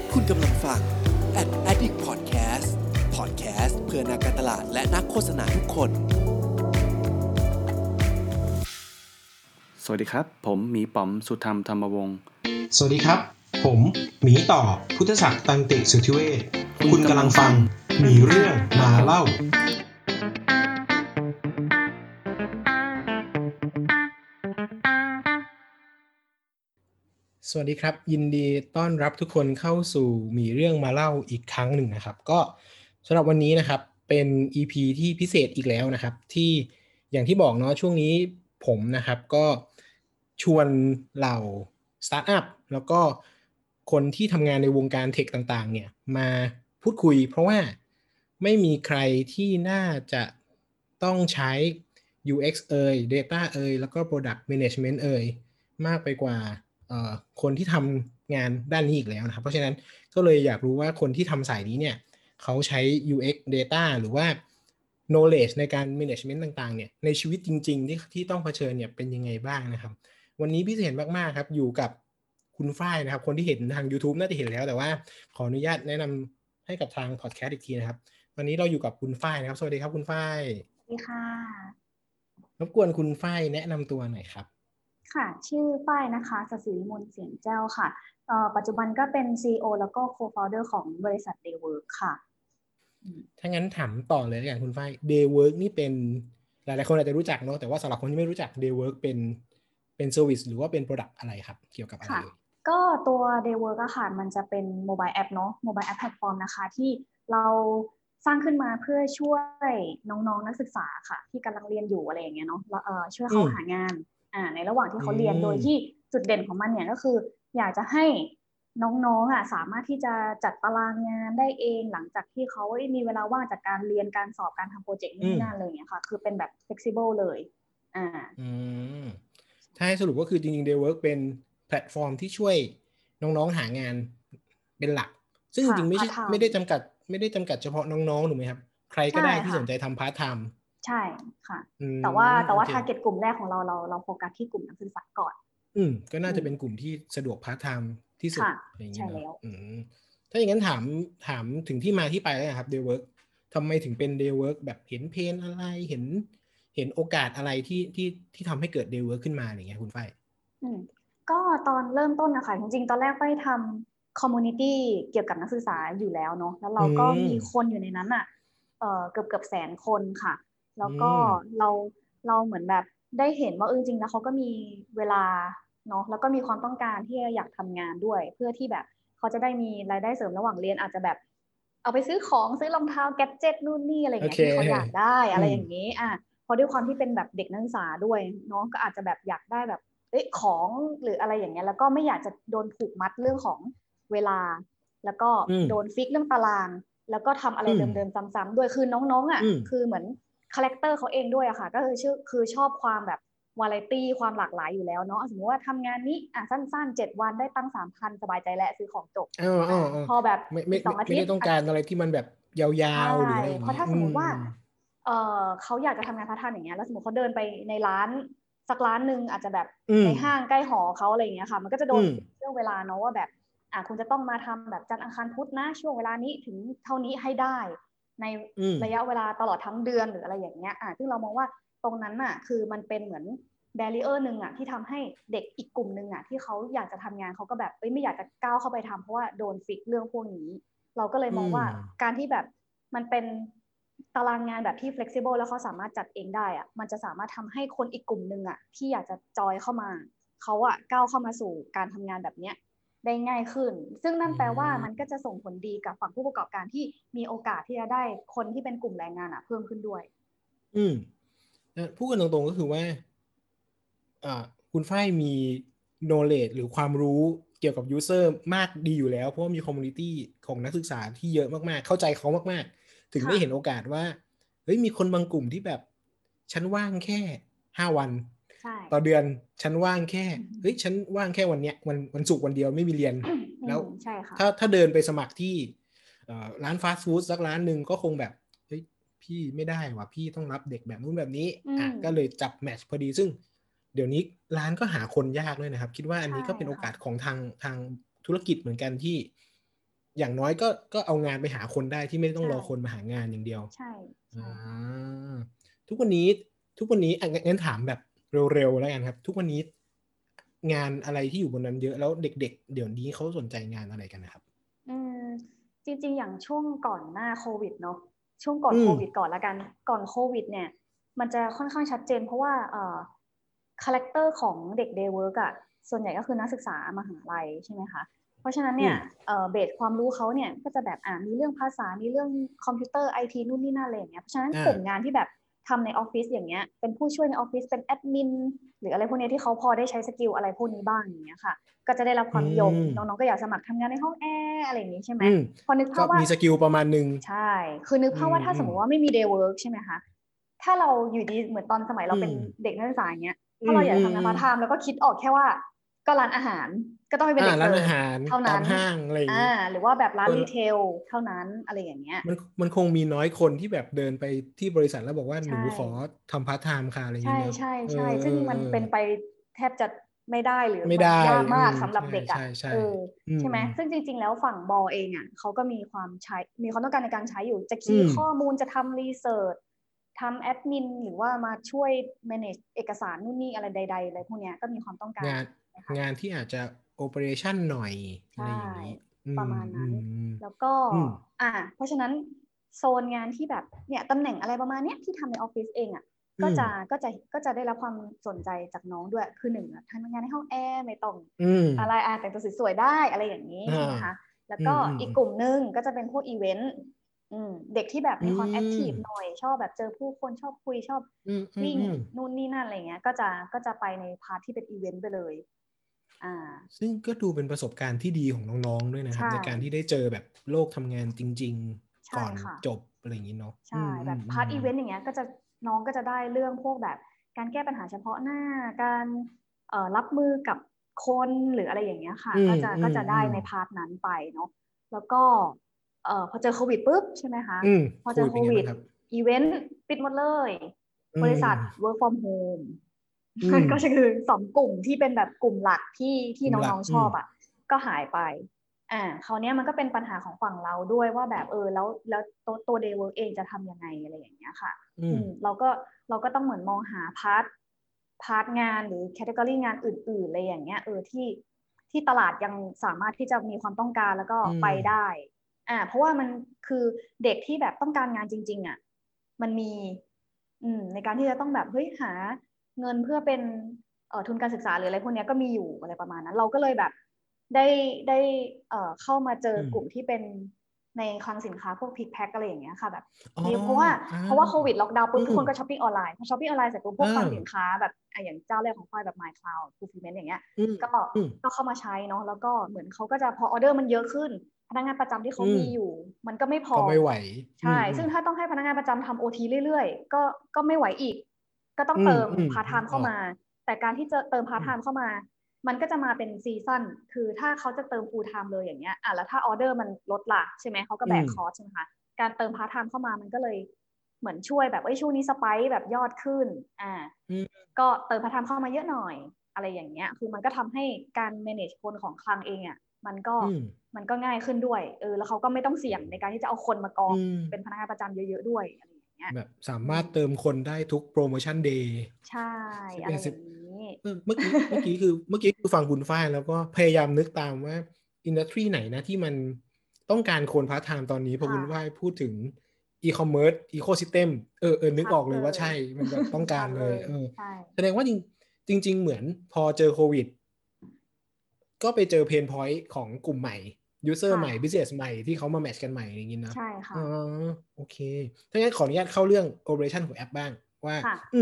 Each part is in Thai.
คุณกำลังฟัง Addict Podcast เพื่อนักการตลาดและนักโฆษณาทุกคนสวัสดีครับผมหมีป๋อมสุธรรมธรรมวงศ์สวัสดีครับผมหมีต่อพุทธศักดิ์ตันติสุทธิเวชคุณกำลังฟังมีเรื่องมาเล่าสวัสดีครับยินดีต้อนรับทุกคนเข้าสู่มีเรื่องมาเล่าอีกครั้งหนึ่งนะครับก็สำหรับวันนี้นะครับเป็น EP ที่พิเศษอีกแล้วนะครับที่อย่างที่บอกเนาะช่วงนี้ผมนะครับก็ชวนเหล่าสตาร์ทอัพแล้วก็คนที่ทำงานในวงการเทคต่างๆเนี่ยมาพูดคุยเพราะว่าไม่มีใครที่น่าจะต้องใช้ UX Data แล้วก็ Product Management มากไปกว่าคนที่ทำงานด้านนี้อีกแล้วนะครับเพราะฉะนั้นก็เลยอยากรู้ว่าคนที่ทำสายนี้เนี่ยเขาใช้ UX Data หรือว่า knowledge ในการ management ต่างๆเนี่ยในชีวิตจริงๆที่ต้องเผชิญเนี่ยเป็นยังไงบ้างนะครับวันนี้พิเศษมากๆครับอยู่กับคุณฝ้ายนะครับคนที่เห็นทาง YouTube น่าจะเห็นแล้วแต่ว่าขออนุญาตแนะนำให้กับทาง podcast อีกทีนะครับวันนี้เราอยู่กับคุณฝ้ายนะครับสวัสดีครับคุณฝ้ายสวัสดีค่ะรบกวนคุณฝ้ายแนะนำตัวหน่อยครับค่ะชื่อฝ้ายนะคะศศิวิมลเสียงแจ้วค่ะปัจจุบันก็เป็น CEO แล้วก็ Co-founder ของบริษัท Daywork ค่ะถ้างั้นถามต่อเลยกันคุณฝ้าย Daywork นี่เป็นหลายๆคนอาจจะรู้จักเนาะแต่ว่าสำหรับคนที่ไม่รู้จัก Daywork เป็น service หรือว่าเป็น product อะไรครับเกี่ยวกับอะไรก็ตัว Daywork อะค่ะมันจะเป็น mobile app เนาะ mobile app platform นะคะที่เราสร้างขึ้นมาเพื่อช่วยน้องๆนักศึกษาค่ะที่กำลังเรียนอยู่อะไรอย่างเงี้ยเนาะช่วยเขาหางานในระหว่างที่เขาเรียนโดยที่จุดเด่นของมันเนี่ยก็คืออยากจะให้น้องๆสามารถที่จะจัดตารางงานได้เองหลังจากที่เขามีเวลาว่างจากการเรียนการสอบการทำโปรเจกต์นี่นั่นเลยเนี่ยค่ะคือเป็นแบบ flexible เลยถ้าให้สรุปก็คือจริงๆ Daywork เป็นแพลตฟอร์มที่ช่วยน้องๆหางานเป็นหลักซึ่งจริงๆไม่ได้จำกัดเฉพาะน้องๆถูกไหมครับใครก็ได้ที่สนใจทำพาร์ทไทม์ใช่ค่ะแต่ว่าทาร์เก็ตกลุ่มแรกของเราโฟกัสที่กลุ่มนักศึกษาก่อนก็น่าจะเป็นกลุ่มที่สะดวกพาร์ทไทม์ที่สุดอะไรอย่างเงี้ยแล้วถ้าอย่างนั้นถามถึงที่มาที่ไปแล้วครับ Daywork ทำไมถึงเป็น Daywork แบบเห็นเพนอะไรเห็นโอกาสอะไรที่ทำให้เกิด Daywork ขึ้นมาอย่างเงี้ยคุณฝ้ายก็ตอนเริ่มต้นนะคะจริงๆตอนแรกไปทำคอมมูนิตี้เกี่ยวกับนักศึกษาอยู่แล้วเนาะแล้วเราก็มีคนอยู่ในนั้นเกือบแสนคนค่ะแล้วก็เราเหมือนแบบได้เห็นว่าจริงๆแล้วเขาก็มีเวลาเนาะแล้วก็มีความต้องการที่อยากทำงานด้วยเพื่อที่แบบเขาจะได้มีรายได้เสริมระหว่างเรียนอาจจะแบบเอาไปซื้อของซื้อรองเท้าแกดเจ็ตนู่นนี่อะไรอย่างเงี้ยที่เขาอยากได้อะไรอย่างนี้พอด้วยความที่เป็นแบบเด็กนักศึกษาด้วยเนาะก็อาจจะแบบอยากได้แบบของหรืออะไรอย่างเงี้ยแล้วก็ไม่อยากจะโดนผูกมัดเรื่องของเวลาแล้วก็โดนฟิกเรื่องตารางแล้วก็ทำอะไรเดิมๆซ้ำๆด้วยคือน้องๆคือเหมือนคาแรคเตอร์เขาเองด้วยอะค่ะก็คือชอบความแบบวาไรตี้ความหลากหลายอยู่แล้วเนาะสมมติว่าทำงานนี้สั้นๆ7 วันได้ตั้ง 3,000 สบายใจและซื้อของจบพอแบบ2 อาทิตย์ไม่ได้ต้องการอะไรที่มันแบบยาวๆหรืออะไรอย่างนี้เพราะถ้าสมมติว่าเขาอยากจะทำงานพาร์ทไทม์อย่างเงี้ยแล้วสมมติเขาเดินไปในร้านสักร้านนึงอาจจะแบบในห้างใกล้หอเขาอะไรอย่างเงี้ยค่ะมันก็จะโดนเรื่องเวลาเนาะว่าแบบคุณจะต้องมาทำแบบจันทร์อังคารพุธนะช่วงเวลานี้ถึงเท่านี้ให้ได้ในระยะเวลาตลอดทั้งเดือนหรืออะไรอย่างเงี้ยซึ่งเรามองว่าตรงนั้นคือมันเป็นเหมือนแบรีเออร์นึงที่ทำให้เด็กอีกกลุ่มนึงที่เขาอยากจะทำงานเขาก็แบบไม่อยากจะก้าวเข้าไปทำเพราะว่าโดนฟิกเรื่องพวกนี้เราก็เลยมองว่าการที่แบบมันเป็นตารางงานแบบที่ flexible แล้วเขาสามารถจัดเองได้มันจะสามารถทำให้คนอีกกลุ่มนึงที่อยากจะจอยเข้ามาเขาก้าวเข้ามาสู่การทำงานแบบเนี้ยได้ง่ายขึ้นซึ่งนั่นแปลว่ามันก็จะส่งผลดีกับฝั่งผู้ประกอบการที่มีโอกาสที่จะได้คนที่เป็นกลุ่มแรงงานเพิ่มขึ้นด้วยพูดกันตรงๆก็คือว่าคุณฝ้ายมี knowledge หรือความรู้เกี่ยวกับ user มากดีอยู่แล้วเพราะว่ามี community ของนักศึกษาที่เยอะมากๆเข้าใจเขามากๆถึงได้เห็นโอกาสว่าเฮ้ยมีคนบางกลุ่มที่แบบฉันว่างแค่5 วันต่อเดือนฉันว่างแค่เฮ้ยฉันว่างแค่วันเนี้ยวันศุกร์วันเดียวไม่มีเรียนแล้วถ้าเดินไปสมัครที่ร้านฟาสต์ฟู้ดสักร้านนึงก็คงแบบเฮ้ยพี่ไม่ได้ว่ะพี่ต้องรับเด็กแบบนู้นแบบนี้ก็เลยจับแมทช์พอดีซึ่งเดี๋ยวนี้ร้านก็หาคนยากด้วยนะครับคิดว่าอันนี้ก็เป็นโอกาสของทางธุรกิจเหมือนกันที่อย่างน้อยก็เอางานไปหาคนได้ที่ไม่ต้องรอคนมาหางานอย่างเดียวใช่อ่าทุกวันนี้งั้นถามแบบเร็วๆแล้วกันครับทุกวันนี้งานอะไรที่อยู่บนนั้นเยอะแล้วเด็กๆเดี๋ยวนี้เขาสนใจงานอะไรกันนะครับอืมจริงๆอย่างช่วงก่อนหน้าโควิดเนาะช่วงก่อนโควิดก่อนละกันก่อนโควิดเนี่ยมันจะค่อนข้างชัดเจนเพราะว่าคาแรคเตอร์ของเด็กเดย์เวิร์กอะส่วนใหญ่ก็คือนักศึกษามหาลัยใช่ไหมคะเพราะฉะนั้นเนี่ยเบสความรู้เขาเนี่ยก็จะแบบมีเรื่องภาษามีเรื่องคอมพิวเตอร์ไอทีนู่นนี่นั่นอะไรอย่างเงี้ยเพราะฉะนั้นกลุ่มงานที่แบบทำในออฟฟิศอย่างเงี้ยเป็นผู้ช่วยในออฟฟิศเป็นแอดมินหรืออะไรพวกนี้ที่เขาพอได้ใช้สกิลอะไรพวกนี้บ้างอย่างเงี้ยค่ะก็จะได้รับความนิยมน้องๆก็อยากสมัครทำงานในห้องแอร์อะไรอย่างนี้ใช่ไหมพอนึกภาพว่ามีสกิลประมาณนึงใช่คือนึกภาพว่าถ้าสมมติว่าไม่มี day work ใช่ไหมคะถ้าเราอยู่ดีเหมือนตอนสมัยเราเป็นเด็กนักศึกษาอย่างเงี้ยถ้าเราอยากทำงานพาร์ทไทม์แล้วก็คิดออกแค่ว่าก็ร้านอาหารก็ต้องไปเป็นเด็กร้านเสิร์ฟอาหารเท่านั้นตามห้างอะไรอย่างนี้หรือว่าแบบร้านรีเทลเท่านั้นอะไรอย่างเงี้ยมันคงมีน้อยคนที่แบบเดินไปที่บริษัทแล้วบอกว่าหนูใช่ขอทำพาร์ทไทม์ค่ะอะไรอย่างใช่นี้เนอะใช่ใช่ซึ่งมันเป็นไปแทบจะไม่ได้หรือไม่ได้มันยากมากสำหรับใช่เด็กอ่ะใช่ใช่ไหมซึ่งจริงๆแล้วฝั่งบอเองอ่ะเขาก็มีความต้องการในการใช้อยู่จะคีย์ข้อมูลจะทำรีเสิร์ชทำแอดมินหรือว่ามาช่วย manage เอกสารนู่นนี่อะไรใดๆอะไรพวกนี้ก็มีความต้องการนะคะงานที่อาจจะโอเปอเรชั่นหน่อยอะใช่ไรอย่างนี้ประมาณนั้นแล้วก็เพราะฉะนั้นโซนงานที่แบบเนี่ยตำแหน่งอะไรประมาณเนี้ยที่ทำในออฟฟิศเองอ่ะก็จะได้รับความสนใจจากน้องด้วยคือหนึ่งทำงานในห้องแอร์ไม่ต้องอะไรแต่งตัวสวยๆได้อะไรอย่างนี้ใช่ไหมคะแล้วก็อีกกลุ่มนึงก็จะเป็นพวกอีเวนต์เด็กที่แบบมีความแอคทีฟหน่อยชอบแบบเจอผู้คนชอบคุยชอบวิ่งนู่นนี่นั่นอะไรเงี้ยก็จะไปในพาร์ทที่เป็นอีเวนต์ไปเลยซึ่งก็ดูเป็นประสบการณ์ที่ดีของน้องๆด้วยนะครับในการที่ได้เจอแบบโลกทำงานจริงๆก่อนจบอะไรอย่างนี้เนาะใช่แบบพาร์ทอีเวนต์อย่างเงี้ยน้องก็จะได้เรื่องพวกแบบการแก้ปัญหาเฉพาะหน้าการรับมือกับคนหรืออะไรอย่างเงี้ยค่ะก็จะได้ในพาร์ทนั้นไปเนาะแล้วก็พอเจอโควิดปุ๊บใช่ไหมคะพอเจอโควิดอีเวนต์ปิดหมดเลยบริษัท work from home ก็คือสองกลุ่มที่เป็นแบบกลุ่มหลักที่น้องๆชอบอ่ะก็หายไปคราวนี้มันก็เป็นปัญหาของฝั่งเราด้วยว่าแบบแล้วตัว day work เองจะทำยังไงอะไรอย่างเงี้ยค่ะเราก็ต้องเหมือนมองหาพาร์ทงานหรือแคตตากรีงานอื่นๆอะไรอย่างเงี้ยที่ตลาดยังสามารถที่จะมีความต้องการแล้วก็ไปได้เพราะว่ามันคือเด็กที่แบบต้องการงานจริงๆอ่ะมันมีในการที่จะต้องแบบเฮ้ยหาเงินเพื่อเป็นทุนการศึกษาหรืออะไรพวกนี้ก็มีอยู่อะไรประมาณนั้นเราก็เลยแบบได้เข้ามาเจอกลุ่มที่เป็นในคลังสินค้าพวกพิกแพ็คอะไรอย่างเงี้ยค่ะแบบเพราะว่าโควิดล็อกดาวน์ปุ๊บทุกคนก็ช้อปปิ้งออนไลน์พอช้อปปิ้งออนไลน์เสร็จปุ๊บพวกคลังสินค้าแบบอย่างเจ้าแรกของฝ้ายแบบ My Cloud Fulfillment อย่างเงี้ยก็เข้ามาใช้เนาะแล้วก็เหมือนเขาก็จะพอออเดอร์มันเยอะขึ้นพนักงานประจำที่เขามีอยู่มันก็ไม่พอก็ไม่ไหวใช่ซึ่งถ้าต้องให้พนักงานประจำทำ OT เรื่อยๆก็ไม่ไหวอีกก็ต้องเติมพาร์ทไทม์เข้ามาแต่การที่จะเติมพาร์ทไทม์เข้ามามันก็จะมาเป็นซีซั่นคือถ้าเขาจะเติม full time เลยอย่างเงี้ยแล้วถ้าออเดอร์มันลดล่ะใช่ไหมเขาก็แบกคอสใช่ไหมคะการเติมพาร์ทไทม์เข้ามามันก็เลยเหมือนช่วยแบบช่วงนี้สไปค์แบบยอดขึ้นก็เติมพาร์ทไทม์เข้ามาเยอะหน่อยอะไรอย่างเงี้ยคือมันก็ทำให้การ manage คนของคลังเองอ่ะมันก็ง่ายขึ้นด้วยแล้วเขาก็ไม่ต้องเสี่ยงในการที่จะเอาคนมากองเป็นพนักงานประจำเยอะๆด้วยอะไรอย่างเงี้ยแบบสามารถเติมคนได้ทุกโปรโมชั่นเดย์ใช่อะไรอย่างนี้เมื่อกี้คือฟังคุณฝ้ายแล้วก็พยายามนึกตามว่าอินดัสทรีไหนนะที่มันต้องการคนพาร์ทไทม์ตอนนี้พอคุณฝ้ายพูดถึงอีคอมเมิร์ซอีโคซิสเต็มนึกออกเลยว่าใช่มันแบบต้องการเลยแสดงว่าจริงเหมือนพอเจอโควิดก็ไปเจอเพนพอยต์ของกลุ่มใหม่ยูเซอร์ใหม่บิสเนสใหม่ที่เขามาแมทช์กันใหม่อย่างนี้นะใช่ค่ะโอเคถ้างั้นขออนุญาตเข้าเรื่อง operation ของแอปบ้างว่า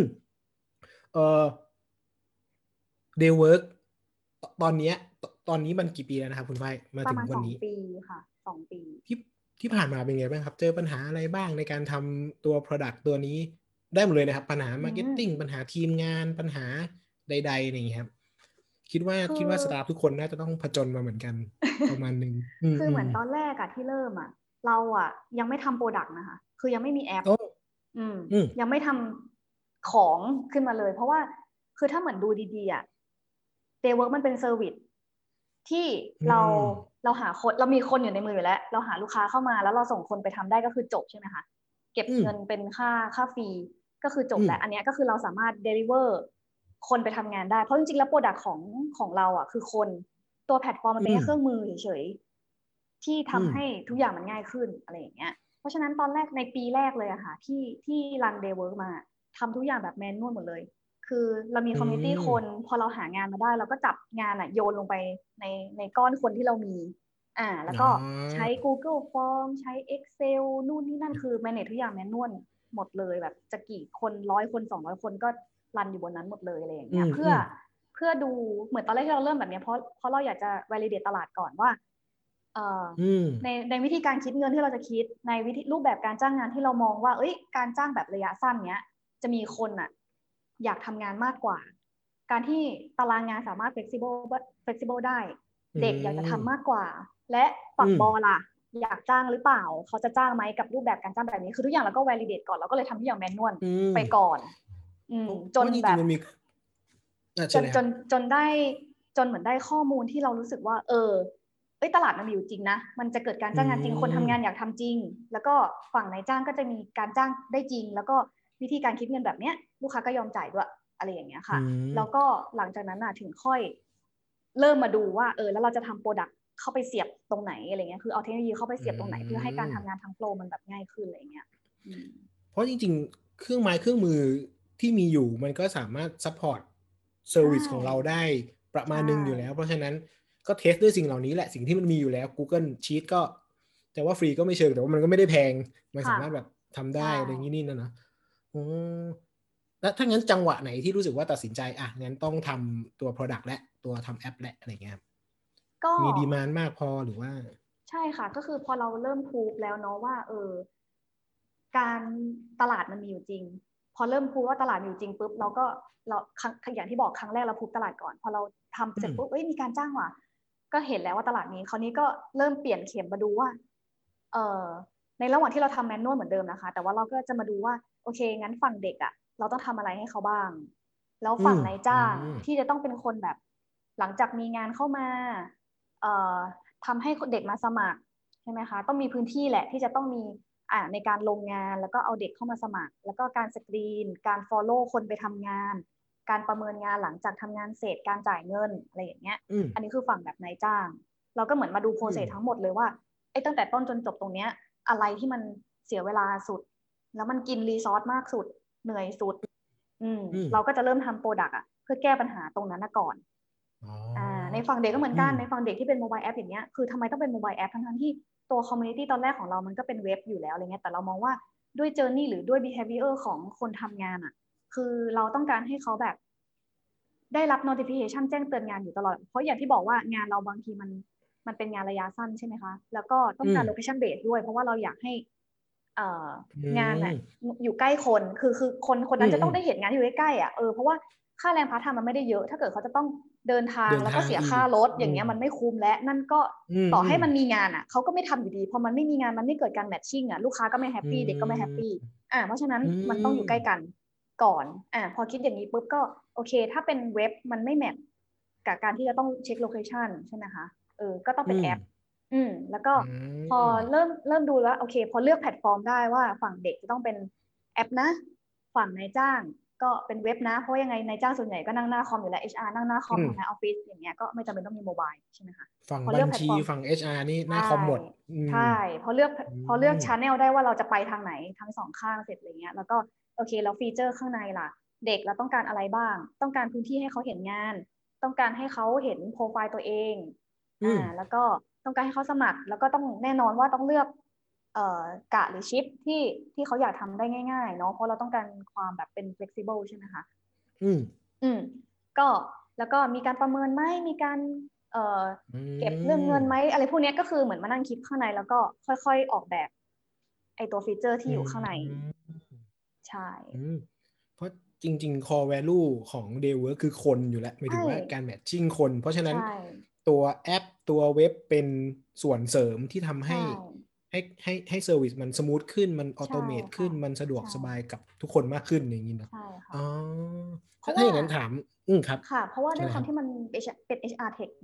day work ตอนนี้มันกี่ปีแล้วนะครับคุณฝ้ายมาถึงวันนี้ประมาณ2 ปีค่ะ2 ปีที่ผ่านมาเป็นไงบ้างครับเจอปัญหาอะไรบ้างในการทำตัว product ตัวนี้ได้หมดเลยนะครับปัญหา marketing ปัญหาทีมงานปัญหาใดๆนี่ครับคิดว่าสตาฟทุกคนน่าจะต้องผจญมาเหมือนกันประมาณนึงคือเหมือนตอนแรกอะที่เริ่มอะเราอะยังไม่ทำโปรดักต์นะคะคือยังไม่มีแอปยังไม่ทำของขึ้นมาเลยเพราะว่าคือถ้าเหมือนดูดีๆอะ Daywork มันเป็นเซอร์วิสที่เราเราหาคนเรามีคนอยู่ในมืออยู่แล้วเราหาลูกค้าเข้ามาแล้วเราส่งคนไปทำได้ก็คือจบใช่ไหมคะเก็บเงินเป็นค่าฟรีก็คือจบแล้วอันนี้ก็คือเราสามารถ deliver คนไปทำงานได้เพราะจริงๆแล้วโปรดักต์ของเราอ่ะคือคนตัวแพลตฟอร์มมันเป็นแค่เครื่องมือเฉยๆที่ทำให้ทุกอย่างมันง่ายขึ้นอะไรอย่างเงี้ยเพราะฉะนั้นตอนแรกในปีแรกเลยอะค่ะที่รัน Day Work มาทำทุกอย่างแบบแมนนวลหมดเลยคือเรามีคอมมูนิตี้คนพอเราหางานมาได้เราก็จับงานอะโยนลงไปในก้อนคนที่เรามีแล้วก็ใช้ Google Form ใช้ Excel นู่นนี่นั่นคือ manage ทุกอย่างแมนนวลหมดเลยแบบจะกี่คน100 คน200 คนก็รันอยู่บนนั้นหมดเลยอะไรอย่างเงี้ยเพื่อดูเหมือนตอนแรกที่เราเริ่มแบบนี้เพราะเราอยากจะ validate ตลาดก่อนว่าในวิธีการคิดเงินที่เราจะคิดในวิธีรูปแบบการจ้างงานที่เรามองว่าการจ้างแบบระยะสั้นเนี้ยจะมีคนอ่ะอยากทำงานมากกว่าการที่ตารางงานสามารถ flexible ได้เด็กอยากจะทำมากกว่าและฝั่งบอล่ะอยากจ้างหรือเปล่าเขาจะจ้างไหมกับรูปแบบการจ้างแบบนี้คือทุกอย่างเราก็ validate ก่อนเราก็เลยทำทุกอย่างแมนนวลไปก่อนจนแบบจนได้จนเหมือนได้ข้อมูลที่เรารู้สึกว่าตลาดมันมีอยู่จริงนะมันจะเกิดการจ้างงานจริงคนทำงานอยากทำจริงแล้วก็ฝั่งนายจ้างก็จะมีการจ้างได้จริงแล้วก็วิธีการคิดเงินแบบเนี้ยลูกค้าก็ยอมจ่ายด้วยอะไรอย่างเงี้ยค่ะแล้วก็หลังจากนั้นถึงค่อยเริ่มมาดูว่าแล้วเราจะทำโปรดักต์เข้าไปเสียบตรงไหนอะไรเงี้ยคือเอาเทคโนโลยีเข้าไปเสียบตรงไหนเพื่อให้การทำงานทั้งโฟลว์มันแบบง่ายขึ้นอะไรเงี้ยเพราะจริงๆเครื่องไม้เครื่องมือที่มีอยู่มันก็สามารถซัพพอร์ตเซอร์วิสของเราได้ประมาณนึงอยู่แล้วเพราะฉะนั้นก็เทสด้วยสิ่งเหล่านี้แหละสิ่งที่มันมีอยู่แล้ว Google Sheet ก็แต่ว่าฟรีก็ไม่เชิงแต่ว่ามันก็ไม่ได้แพงมันสามารถแบบทำได้อะไรอย่างนี้นี่นะแล้วถ้างั้นจังหวะไหนที่รู้สึกว่าตัดสินใจงั้นต้องทำตัว Product และตัวทำแอปและอะไรเงี้ยก็มีดีมานด์มากพอหรือว่าใช่ค่ะก็คือพอเราเริ่มพูฟแล้วเนาะว่าการตลาดมันมีอยู่จริงพอเริ่มพูฟว่าตลาดมีอยู่จริงปุ๊บเราอย่างที่บอกครั้งแรกเราพูฟตลาดก่อนพอเราทำเสร็จปุ๊บมีการจ้างว่ะก็เห็นแล้วว่าตลาดนี้คราวนี้ก็เริ่มเปลี่ยนเข็มมาดูว่าในระหว่างที่เราทำแมนนวลเหมือนเดิมนะคะแต่ว่าเราก็จะมาดูว่าโอเคงั้นฝั่งเด็กเราต้องทำอะไรให้เขาบ้างแล้วฝั่งนายจ้างที่จะต้องเป็นคนแบบหลังจากมีงานเข้ามาทำให้เด็กมาสมัครใช่ไหมคะต้องมีพื้นที่แหละที่จะต้องมีในการลงงานแล้วก็เอาเด็กเข้ามาสมัครแล้วก็การสกรีนการ follow คนไปทำงานการประเมินงานหลังจากทำงานเสร็จการจ่ายเงินอะไรอย่างเงี้ยอันนี้คือฝั่งแบบนายจ้างเราก็เหมือนมาดูโปรเซสทั้งหมดเลยว่าตั้งแต่ต้นจนจบตรงเนี้ยอะไรที่มันเสียเวลาสุดแล้วมันกินรีซอสมากสุดเหนื่อยสุดเราก็จะเริ่มทำโปรดักต์เพื่อแก้ปัญหาตรงนั้นก่อนในฝั่งเด็กก็เหมือนกันในฝั่งเด็กที่เป็นโมบายแอปอย่างเงี้ยคือทำไมต้องเป็นโมบายแอปทั้งที่ตัวคอมมูนิตี้ตอนแรกของเรามันก็เป็นเว็บอยู่แล้วอะไรเงี้ยแต่เรามองว่าด้วยเจอร์นี่หรือด้วย behavior ของคนทำงานคือเราต้องการให้เขาแบบได้รับ notification แจ้งเตือนงานอยู่ตลอดเพราะอย่างที่บอกว่างานเราบางทีมันเป็นงานระยะสั้นใช่ไหมคะแล้วก็ต้องการ location base ด้วยเพราะว่าเราอยากให้งานอยู่ใกล้คนคือคนนั้นจะต้องได้เห็นงานที่อยู่ใกล้ๆเพราะว่าค่าแรงพาร์ทไทม์มันไม่ได้เยอะถ้าเกิดเขาจะต้องเดินทางแล้วก็เสียค่ารถอย่างเงี้ยมันไม่คุ้มและนั่นก็ต่อให้มันมีงานเขาก็ไม่ทำอยู่ดีพอมันไม่มีงานมันไม่เกิดการแมทชิ่งลูกค้าก็ไม่แฮปปี้เด็กก็ไม่แฮปปี้เพราะฉะนั้นมันต้องอยู่ใกล้กันก่อนพอคิดอย่างนี้ปุ๊บก็โอเคถ้าเป็นเว็บมันไม่แมทกับการที่จะต้องเช็คโลเคชันใช่ไหมคะก็ต้องเป็นแอปแล้วก็พอเริ่มดูแล้วโอเคพอเลือกแพลตฟอร์มได้ว่าฝั่งเด็กจะต้องเป็นแอปนะฝั่งนายจ้างก็เป็นเว็บนะเพราะยังไงนายจ้างส่วนใหญ่ก็นั่งหน้าคอมอยู่แล้ว HR นั่งหน้าคอมทำงานออฟฟิศอย่างเงี้ยก็ไม่จำเป็นต้องมีโมบายใช่ไหมคะฝั่งบัญชีฝั่ง HR นี่หน้าคอมหมดใช่พอเลือก channel ได้ว่าเราจะไปทางไหนทั้งสองข้างเสร็จอะไรเงี้ยแล้วก็โอเคแล้วฟีเจอร์ข้างในล่ะเด็กเราต้องการอะไรบ้างต้องการพื้นที่ให้เขาเห็นงานต้องการให้เขาเห็นโปรไฟล์ตัวเองแล้วก็ต้องการให้เขาสมัครแล้วก็ต้องแน่นอนว่าต้องเลือกกะหรือชิปที่เขาอยากทำได้ง่ายๆเนาะเพราะเราต้องการความแบบเป็น flexible ใช่ไหมคะก็แล้วก็มีการประเมินไหมมีการเก็บเรื่องเงินไหมอะไรพวกนี้ก็คือเหมือนมานั่งคิดข้างในแล้วก็ค่อยๆออกแบบไอตัวฟีเจอร์ที่อยู่ข้างในใช่เพราะจริงๆ core value ของ Day Work คือคนอยู่แล้วหมายถึงว่าการแมทชิ่งคนเพราะฉะนั้นตัวแอปตัวเว็บเป็นส่วนเสริมที่ทำให้เซอร์วิสมันสมูทขึ้นมันออโตเมตขึ้นมันสะดวกสบายกับทุกคนมากขึ้นอย่างนี้เนาะใช่ค่ะถ้าอย่างนั้นถามครับค่ะเพราะว่าด้วยความที่มันเป็น HR Tech เนาะ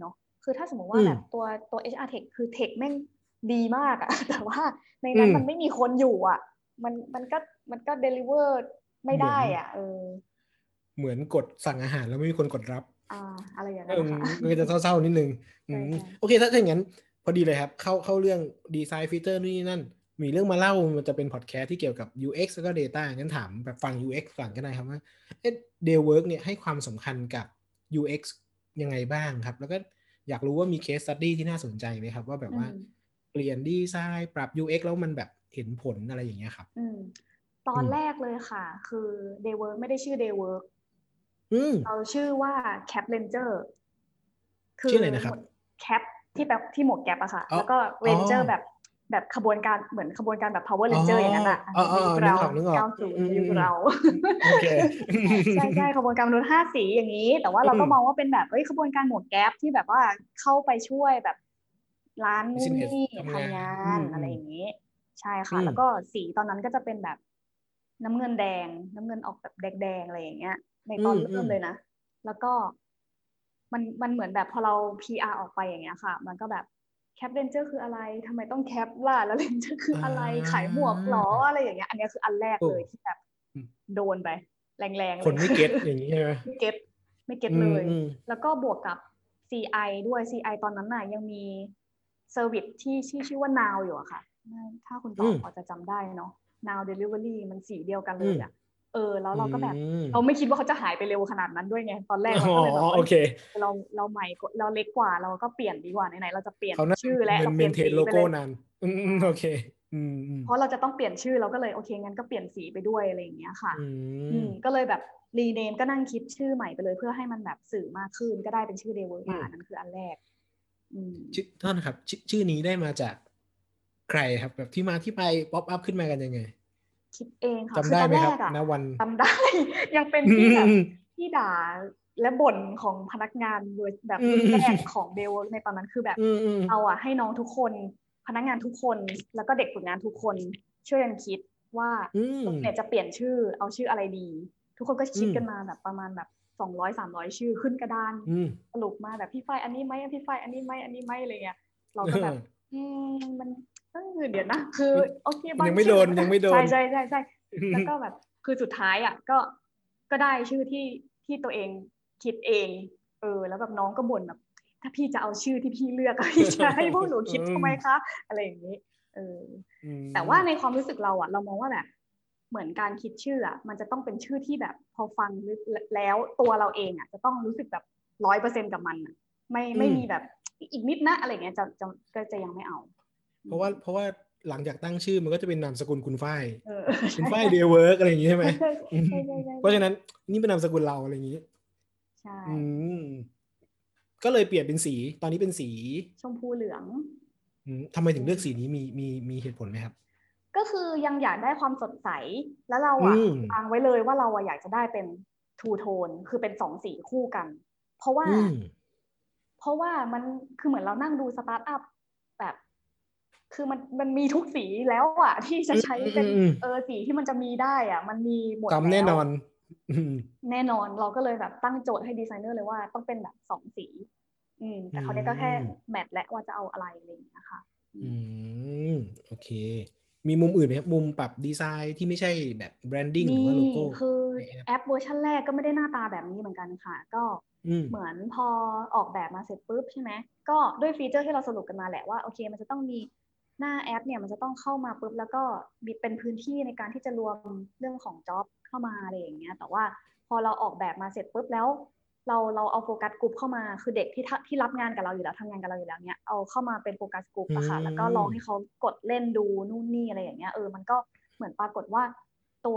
คือถ้าสมมติว่าแบบตัว HR Tech คือ Tech แม่งดีมากอะ แต่ว่าในนั้นมันไม่มีคนอยู่อะมันก็ deliver ไม่ได้อะเหมือนกดสั่งอาหารแล้วไม่มีคนกดรับอะไรอย่างนั้นนะคะมันก็จะเศร้าๆนิดนึงโอเคถ้าอย่างนั้นพอดีเลยครับเข้าเรื่องดีไซน์ฟีเจอร์นี่นั่นมีเรื่องมาเล่ามันจะเป็นพอดแคสต์ที่เกี่ยวกับ UX แล้วก็ Data งั้นถามแบบฟัง UX ก่อนก็ได้ครับว่าDaywork เนี่ยให้ความสำคัญกับ UX ยังไงบ้างครับแล้วก็อยากรู้ว่ามี case study ที่น่าสนใจไหมครับว่าแบบว่าเปลี่ยนดีไซน์ปรับ UX แล้วมันแบบเห็นผลอะไรอย่างเงี้ยครับตอนแรกเลยค่ะคือ Daywork ไม่ได้ชื่อ Daywork เราชื่อว่า Cap Ranger ชื่ออะไรนะครับ Cap ที่แบบที่หมวกแก๊ปอะค่ะแล้วก็ Ranger แบบขบวนการเหมือนขบวนการแบบ Power Ranger อย่างนั้นอะในยุคเรา90ในยุคเราโอเคใช่ขบวนการมนุษย์5 สีอย่างนี้แต่ว่าเราก็มองว่าเป็นแบบขบวนการหมวกแก๊ปที่แบบว่าเข้าไปช่วยแบบร้านนู่นนี่ทำงานอะไรอย่างนี้ใช่ค่ะแล้วก็สีตอนนั้นก็จะเป็นแบบน้ำเงินแดงน้ำเงินออกแบบแดงๆอะไรอย่างเงี้ยในตอนเริ่มเลยนะแล้วก็มันเหมือนแบบพอเรา PR ออกไปอย่างเงี้ยค่ะมันก็แบบแคปเรนเจอร์คืออะไรทำไมต้องแคปล่ะแล้วเรนเจอร์คืออะไรขายหมวกหรออะไรอย่างเงี้ยอันนี้คืออันแรกเลยที่แบบโดนไปแรงๆคนไม่เก็ตอย่างนี้ใช่ไหมไม่เก็ตเลยแล้วก็บวกกับ CI ด้วย CI ตอนนั้นน่ะยังมีเซอร์วิสที่ชื่อว่า Now อยู่อะค่ะถ้าคุณต่อพอจะจำได้เนาะ Now Delivery มันสีเดียวกันเลยอะแล้วเราก็แบบเราไม่คิดว่าเขาจะหายไปเร็วขนาดนั้นด้วยไงตอนแรกเราก็เลยแบบเราใหม่เราเล็กกว่าเราก็เปลี่ยนดีกว่าไหนๆเราจะเปลี่ยนชื่อและเราเปลี่ยนสีไปเลยโอเคเพราะเราจะต้องเปลี่ยนชื่อเราก็เลยโอเคงั้นก็เปลี่ยนสีไปด้วยอะไรอย่างเงี้ยค่ะก็เลยแบบรีเนมก็นั่งคิดชื่อใหม่ไปเลยเพื่อให้มันแบบสื่อมากขึ้นก็ได้เป็นชื่อ Daywork มานั่นคืออันแรกชื่อท่านครับชื่อนี้ได้มาจากใครครับแบบที่มาที่ไปป๊อปอัพขึ้นมากันยังไงคิดเองค่ะจำได้ไหมครับณวันจำได้ยังเป็นที่แบบที่ด่าและบ่นของพนักงานแบบรุ่นแรกของเดลในตอนนั้นคือแบบเอาให้น้องทุกคนพนักงานทุกคนแล้วก็เด็กฝึกงานทุกคนช่วยกันคิดว่าเนี่ยจะเปลี่ยนชื่อเอาชื่ออะไรดีทุกคนก็คิดกันมาแบบประมาณแบบ200-300ชื่อขึ้นกระดานสรุปมาแบบพี่ฝ้ายอันนี้ไหมพี่ฝ้ายอันนี้ไหมอันนี้ไหมอะไรเงี้ยเราก็แบบมันเดี๋ยวนะคือโอเคยังไม่โดนใช่แล้วก็แบบคือสุดท้ายอ่ะก็ได้ชื่อที่ตัวเองคิดเองแล้วแบบน้องก็บ่นแบบถ้าพี่จะเอาชื่อที่พี่เลือกพี่จะให้พวกหนูคิดทำไมคะอะไรอย่างนี้แต่ว่าในความรู้สึกเราอ่ะเรามองว่าแบบเหมือนการคิดชื่ออ่ะมันจะต้องเป็นชื่อที่แบบพอฟังแล้วตัวเราเองอ่ะจะต้องรู้สึกแบบ100%กับมันอ่ะไม่มีแบบอีกนิดนะอะไรเงี้ยก็จะยังไม่เอาเพราะว่าหลังจากตั้งชื่อมันก็จะเป็นนามสกุลคุณฝ้ายคุณฝ้ายเดย์เวิร์กอะไรอย่างงี้ใช่ไหมเพราะฉะนั้นนี่เป็นนามสกุลเราอะไรอย่างงี้ใช่ก็เลยเปลี่ยนเป็นสีตอนนี้เป็นสีชมพูเหลืองทำไมถึงเลือกสีนี้มีเหตุผลไหมครับก็คือยังอยากได้ความสดใสแล้วเราวางไว้เลยว่าเราอยากจะได้เป็นทูโทนคือเป็น2 สีคู่กันเพราะว่ามันคือเหมือนเรานั่งดูสตาร์ทอัพแบบคือมันมีทุกสีแล้วอะที่จะใช้เป็นสีที่มันจะมีได้อะมันมีหมดแล้วแน่นอนเราก็เลยแบบตั้งโจทย์ให้ดีไซเนอร์เลยว่าต้องเป็นแบบ2 สีแต่เขาเนี่ยก็แค่แมทและว่าจะเอาอะไรอะไรอย่างเงี้ยค่ะโอเคมีมุมอื่นไหมครับมุมปรับดีไซน์ที่ไม่ใช่แบบแบรนดิ้งหรือว่าโลโก้คือแอปเวอร์ชันแรกก็ไม่ได้หน้าตาแบบนี้เหมือนกันค่ะก็เหมือนพอออกแบบมาเสร็จปุ๊บใช่ไหมก็ด้วยฟีเจอร์ที่เราสรุปกันมาแหละว่าโอเคมันจะต้องมีหน้าแอปเนี่ยมันจะต้องเข้ามาปุ๊บแล้วก็มีเป็นพื้นที่ในการที่จะรวมเรื่องของจ็อบเข้ามาอะไรอย่างเงี้ยแต่ว่าพอเราออกแบบมาเสร็จปุ๊บแล้วเราเอาโฟกัสกลุ่มเข้ามาคือเด็กที่รับงานกับเราอยู่แล้วทำงานกับเราอยู่แล้วเนี่ยเอาเข้ามาเป็นโฟกัสกลุ่มอะค่ะแล้วก็ลองให้เขากดเล่นดูนู่นนี่อะไรอย่างเงี้ยมันก็เหมือนปรากฏว่าตัว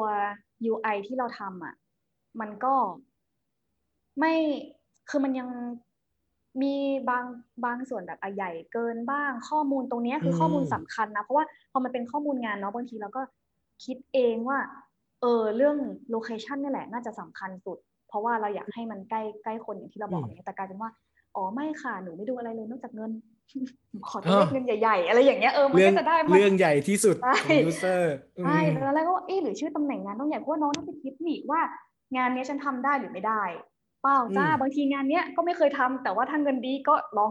UI ที่เราทำอ่ะมันก็ไม่คือมันยังมีบางส่วนแบบใหญ่เกินบ้างข้อมูลตรงนี้คือข้อมูลสำคัญนะเพราะว่าพอมันเป็นข้อมูลงานเนาะบางทีเราก็คิดเองว่าเรื่องโลเคชันนี่แหละน่าจะสำคัญสุดเพราะว่าเราอยากให้มันใกล้คนอย่างที่เราบอกเนี่ยแต่กลายเป็นว่าไม่ค่ะหนูไม่ดูอะไรเลยนอกจากเงินขอตัวเลขเงินใหญ่ๆอะไรอย่างเงี้ยมันก็จะได้เรื่องใหญ่ที่สุดของยูเซอร์ใช่แล้วก็ว่าหรือชื่อตำแหน่งงานต้องใหญ่เพราะว่าน้องต้องไปคิดนี่ว่างานนี้ฉันทำได้หรือไม่ได้เปล่าจ้าบางทีงานเนี้ยก็ไม่เคยทำแต่ว่าถ้าเงินดีก็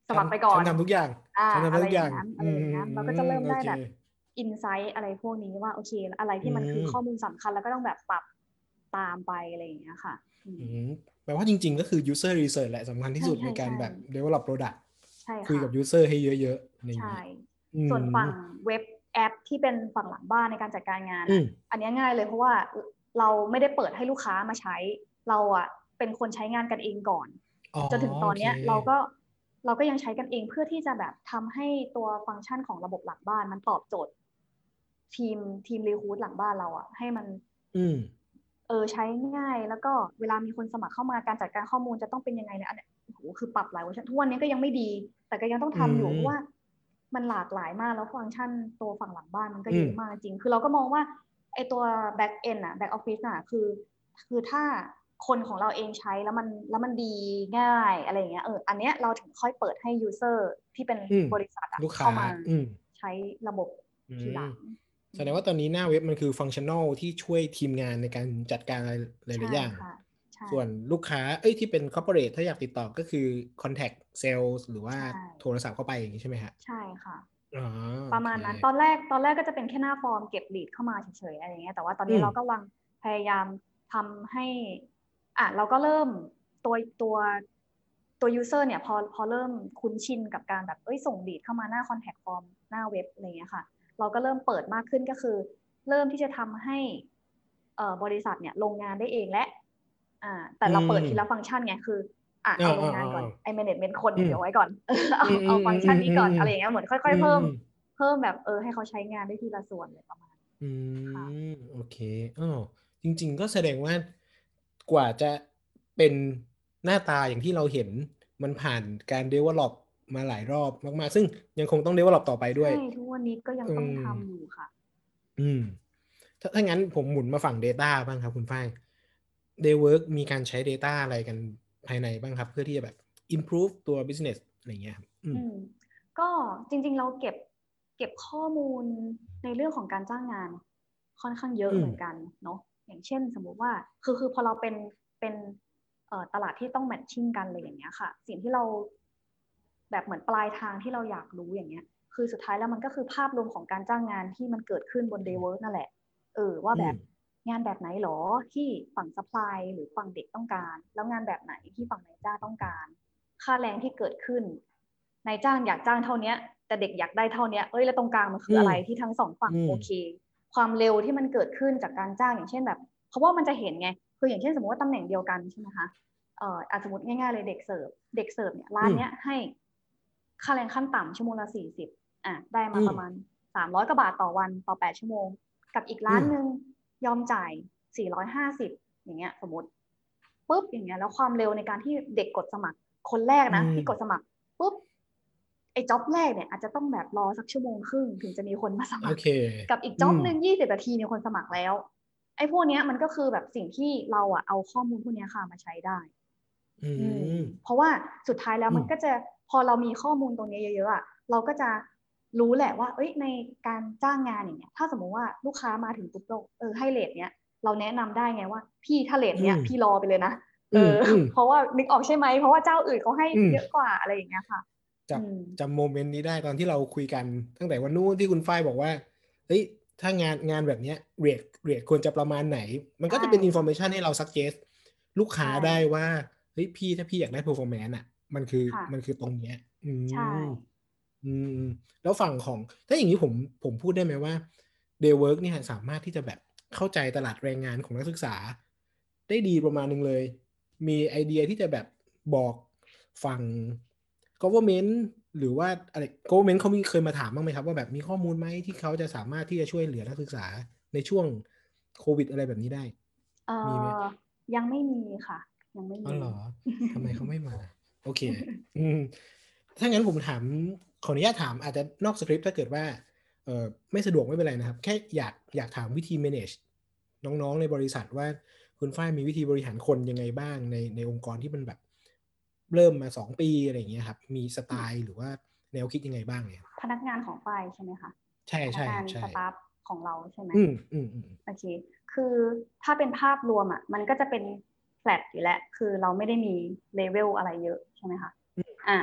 สมัครไปก่อนฉันทำทุกอย่างฉันทำอะไรทุกอย่างอย่างนั้นอะไรอย่างนั้นเราก็จะเริ่มได้แบบโอเคอินไซต์อะไรพวกนี้ว่าโอเคอะไรที่มันคือข้อมูลสำคัญแล้วก็ต้องแบบปรับตามไปอะไรอย่างเงี้ยค่ะแปลว่าจริงๆก็คือ user research แหละสำคัญที่สุดในการแบบ develop product ใช่คุยค่ะกับ user ให้เยอะๆอะไรอย่างใช่นี้ส่วนฝั่งเว็บแอปที่เป็นฝั่งหลังบ้านในการจัดการงานอันนี้ง่ายเลยเพราะว่าเราไม่ได้เปิดให้ลูกค้ามาใช้เราอ่ะเป็นคนใช้งานกันเองก่อนจนถึงตอนเนี้ยเราก็ยังใช้กันเองเพื่อที่จะแบบทำให้ตัวฟังก์ชันของระบบหลังบ้านมันตอบโจทย์ทีมรีคูดหลังบ้านเราอ่ะให้มันใช้ง่ายแล้วก็เวลามีคนสมัครเข้ามาการจัดการข้อมูลจะต้องเป็นยังไงเนี่ยอันนี้โอ้โหคือปรับหลายเวอร์ชันทุกวันนี้ก็ยังไม่ดีแต่ก็ยังต้องทำอยู่เพราะว่ามันหลากหลายมากแล้วฟังก์ชันตัวฝั่งหลังบ้านมันก็เยอะมากจริงคือเราก็มองว่าไอตัว back end อะ back office อะคือถ้าคนของเราเองใช้แล้วมันดีง่ายอะไรอย่างเงี้ยอันเนี้ยเราถึงค่อยเปิดให้ user ที่เป็นบริษัทเข้ามาใช้ระบบทีหลังแสดงว่าตอนนี้หน้าเว็บมันคือฟังก์ชันนอลที่ช่วยทีมงานในการจัดการอะไรหลายๆอย่างส่วนลูกค้าที่เป็น corporate ถ้าอยากติดต่อก็คือ contact sales หรือว่าโทรศัพท์เข้าไปอย่างนี้ใช่ไหมฮะใช่ค่ะประมาณนั้นตอนแรกก็จะเป็นแค่หน้าฟอร์มเก็บลีดเข้ามาเฉยๆอะไรอย่างเงี้ยแต่ว่าตอนนี้เราก็พยายามทำให้เราก็เริ่มตัว user เนี่ยพอเริ่มคุ้นชินกับการแบบส่งลีดเข้ามาหน้า contact form หน้าเว็บอะไรเงี้ยค่ะเราก็เริ่มเปิดมากขึ้นก็คือเริ่มที่จะทำให้บริษัทเนี่ยลงงานได้เองและแต่เราเปิดทีละฟังก์ชันไงคือเอาลงงานก่อนไอ้ management คนเดี๋ยวไว้ก่อนเอาฟังก์ชันนี้ก่อนอะไรอย่างเงี้ยเหมือนค่อยๆเพิ่มแบบให้เขาใช้งานได้ทีละส่วนเลยประมาณโอเคจริงๆก็แสดงว่ากว่าจะเป็นหน้าตาอย่างที่เราเห็นมันผ่านการ develop มาหลายรอบมากๆซึ่งยังคงต้อง develop ต่อไปด้วยใช่ทุกวันนี้ก็ยังต้องทำอยู่ค่ะถ้างั้นผมหมุนมาฝั่ง Data บ้างครับคุณฝ้าย Daywork มีการใช้ Data อะไรกันภายในบ้างครับเพื่อที่จะแบบ improve ตัว business อะไรเงี้ยครับก็จริงๆเราเก็บข้อมูลในเรื่องของการจ้างงานค่อนข้างเยอะเหมือนกันเนาะอย่างเช่นสมมุติว่าคือพอเราเป็นตลาดที่ต้องแมทชิ่งกันเลยอย่างเงี้ยค่ะสิ่งที่เราแบบเหมือนปลายทางที่เราอยากรู้อย่างเงี้ยคือสุดท้ายแล้วมันก็คือภาพรวมของการจ้างงานที่มันเกิดขึ้นบน Daywork นั่นแหละว่าแบบงานแบบไหนหรอที่ฝั่งซัพพลายหรือฝั่งเด็กต้องการแล้วงานแบบไหนที่ฝั่งนายจ้างต้องการค่าแรงที่เกิดขึ้นนายจ้างอยากจ้างเท่านี้แต่เด็กอยากได้เท่านี้แล้วตรงกลางมันคืออะไรที่ทั้งสองฝั่งโอเคความเร็วที่มันเกิดขึ้นจากการจ้างอย่างเช่นแบบเพราะว่ามันจะเห็นไงคืออย่างเช่นสมมติว่าตำแหน่งเดียวกันใช่ไหมคะสมมติง่ายๆเลยเด็กเสิร์ฟเนี่ยร้านเนี้ยให้ค่าแรงขั้นต่ำชั่วโมงละ40ได้มาประมาณ300 กว่าบาทต่อวันต่อ8 ชั่วโมงกับอีกร้านนึงยอมจ่าย450อย่างเงี้ยสมมติปุ๊บอย่างเงี้ยแล้วความเร็วในการที่เด็กกดสมัครคนแรกนะที่กดสมัครปุ๊บไอ้จ็อบแรกเนี่ยอาจจะต้องแบบรอสักชั่วโมงครึ่งถึงจะมีคนมาสมัครกับอีกจ็อบนึง20 นาทีมีคนสมัครแล้วไอ้พวกนี้มันก็คือแบบสิ่งที่เราเอาข้อมูลพวกนี้ค่ะมาใช้ได้เพราะว่าสุดท้ายแล้วมันก็จะพอเรามีข้อมูลตรงนี้เยอะๆเราก็จะรู้แหละว่าในการจ้างงานอย่างเงี้ยถ้าสมมติว่าลูกค้ามาถึงปุ๊บให้เรทเนี้ยเราแนะนำได้ไงว่าพี่ถ้าเรทเนี้ยพี่รอไปเลยนะเพราะว่านึกออกใช่ไหมเพราะว่าเจ้าอื่นเขาให้เยอะกว่าอะไรอย่างเงี้ยค่ะจำโมเมนต์นี้ได้ตอนที่เราคุยกันตั้งแต่วันนู้นที่คุณฝ้ายบอกว่าเฮ้ยถ้างานแบบเนี้ยเรทควรจะประมาณไหนมันก็จะเป็นอินฟอร์เมชันให้เราซักเจสลูกค้าได้ว่าเฮ้ยพี่ถ้าพี่อยากได้เพอร์ฟอร์แมนซ์มันคือตรงเนี้ยใช่แล้วฝั่งของถ้าอย่างนี้ผมพูดได้ไหมว่า Daywork เนี่ยสามารถที่จะแบบเข้าใจตลาดแรงงานของนักศึกษาได้ดีประมาณนึงเลยมีไอเดียที่จะแบบบอกฝั่ง government หรือว่าอะไร government เขาเคยมาถามบ้างไหมครับว่าแบบมีข้อมูลไหมที่เขาจะสามารถที่จะช่วยเหลือนักศึกษาในช่วงโควิดอะไรแบบนี้ได้มีไหมยังไม่มีค่ะยังไม่มีอ๋อเหรอทำไมเขาไม่มาโอเคถ้างั้นผมถามขออนุญาตถามอาจจะนอกสคริปต์ถ้าเกิดว่าไม่สะดวกไม่เป็นไรนะครับแค่อยากถามวิธี manage น้องๆในบริษัทว่าคุณฝ้ายมีวิธีบริหารคนยังไงบ้างในองค์กรที่มันแบบเริ่มมา2 ปีอะไรอย่างเงี้ยครับมีสไตล์หรือว่าแนวคิดยังไงบ้างเนี่ยพนักงานของฝ่ายใช่ไหมคะใช่พนักงานใช่สตาฟของเราใช่ไหมโอเคคือถ้าเป็นภาพรวมมันก็จะเป็นแฟลตอยู่แล้วคือเราไม่ได้มีเลเวลอะไรเยอะใช่ไหมคะ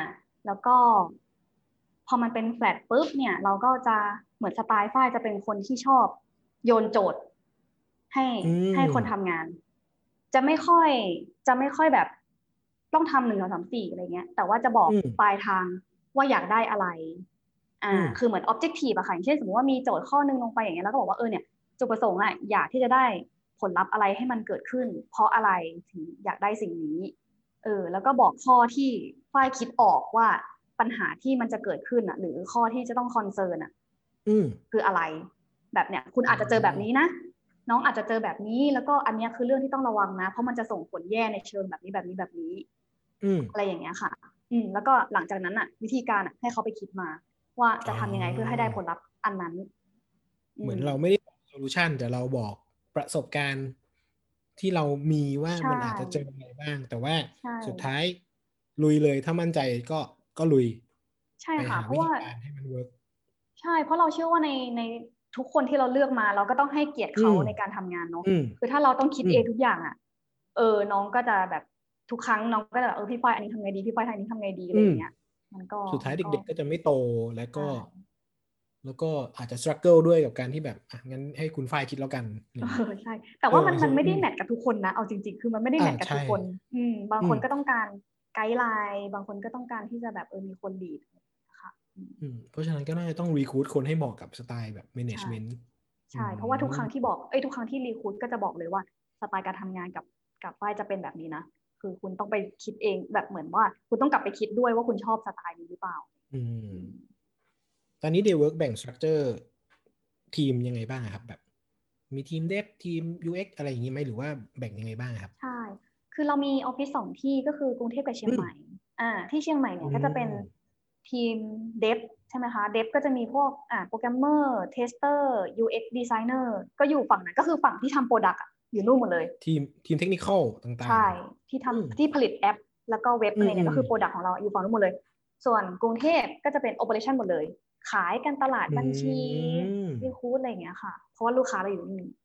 แล้วก็พอมันเป็นแฟลตปุ๊บเนี่ยเราก็จะเหมือนสไตล์ฝ้ายจะเป็นคนที่ชอบโยนโจทย์ให้คนทำงานจะไม่ค่อยแบบต้องทำ1 2 3 4อะไรเงี้ยแต่ว่าจะบอกปลายทางว่าอยากได้อะไรคือเหมือน objective อะค่ะอย่างเช่นสมมติว่ามีโจทย์ข้อนึงลงไปอย่างเงี้ยแล้วก็บอกว่าเนี่ยจุดประสงค์อะอยากที่จะได้ผลลัพธ์อะไรให้มันเกิดขึ้นเพราะอะไรถึงอยากได้สิ่งนี้แล้วก็บอกข้อที่ฝ้ายคิดออกว่าปัญหาที่มันจะเกิดขึ้นหรือข้อที่จะต้องคอนเซิร์นคืออะไรแบบเนี้ยคุณอาจจะเจอแบบนี้นะน้องอาจจะเจอแบบนี้แล้วก็อันนี้คือเรื่องที่ต้องระวังนะเพราะมันจะส่งผลแย่ในเชิงแบบนี้อะไรอย่างเงี้ยค่ะแล้วก็หลังจากนั้นวิธีการให้เขาไปคิดมาว่าจะทำยังไงเพื่อให้ได้ผลลัพธ์อันนั้นเหมือนเราไม่ได้บอกโซลูชันแต่เราบอกประสบการณ์ที่เรามีว่ามันอาจจะเจออะไรบ้างแต่ว่าสุดท้ายลุยเลยถ้ามั่นใจก็ลุยใช่ไปค่ะหาวิธีการให้มันเวิร์กใช่เพราะเราเชื่อว่าในทุกคนที่เราเลือกมาเราก็ต้องให้เกียรติเขาในการทำงานเนาะคือถ้าเราต้องคิดเองทุกอย่างน้องก็จะแบบทุกครั้งน้องก็จะพี่ฝ้ายอันนี้ทำไงดีพี่ฝ้ายอันนี้ทำไงดีอะไรอย่างเงี้ยมันก็สุดท้ายเด็กๆก็จะไม่โตแล้วก็อาจจะ struggle ด้วยกับการที่แบบงั้นให้คุณฝ้ายคิดแล้วกันใช่แต่ว่ามันไม่ได้แมทกับทุกคนนะเอาจริงๆคือมันไม่ได้แมทกับทุกคนบางคนก็ต้องการไกด์ไลน์บางคนก็ต้องการที่จะแบบมีคนลีดค่ะเพราะฉะนั้นก็น่าจะต้องรีครูทคนให้เหมาะกับสไตล์แบบ management ใช่เพราะว่าทุกครั้งที่บอกทุกครั้งที่รีครูทก็จะบอกเลยว่าสไตล์การทำงานกับฝ้ายจะเป็นแบบนี้นะคือคุณต้องไปคิดเองแบบเหมือนว่าคุณต้องกลับไปคิดด้วยว่าคุณชอบสไตล์นี้หรือเปล่าตอนนี้ Day Work แบ่ง structure ทีมยังไงบ้างครับแบบมีทีมเดฟทีม UX อะไรอย่างนี้ไหมหรือว่าแบ่งยังไงบ้างครับใช่คือเรามีออฟฟิศ2 ที่ก็คือกรุงเทพกับเชียงใหม่ที่เชียงใหม่เนี่ยก็จะเป็นทีมเดฟใช่ไหมคะเดฟก็จะมีพวกโปรแกรมเมอร์เทสเตอร์ UX designer ก็อยู่ฝั่งนั้นก็คือฝั่งที่ทำโปรดักต์อยู่นู่นหมดเลยทีมเทคนิคต่างๆใช่ที่ผลิตแอปแล้วก็เว็บอะไรเนี่ยก็คือโปรดักต์ของเราอยู่ฝั่งนู้นหมดเลยส่วนกรุงเทพก็จะเป็นโอเปอเรชั่นหมดเลยขายการตลาดบัญชีรีคูดอะไรอย่างเงี้ยค่ะเพราะว่าลูกค้าเราอยู่นี่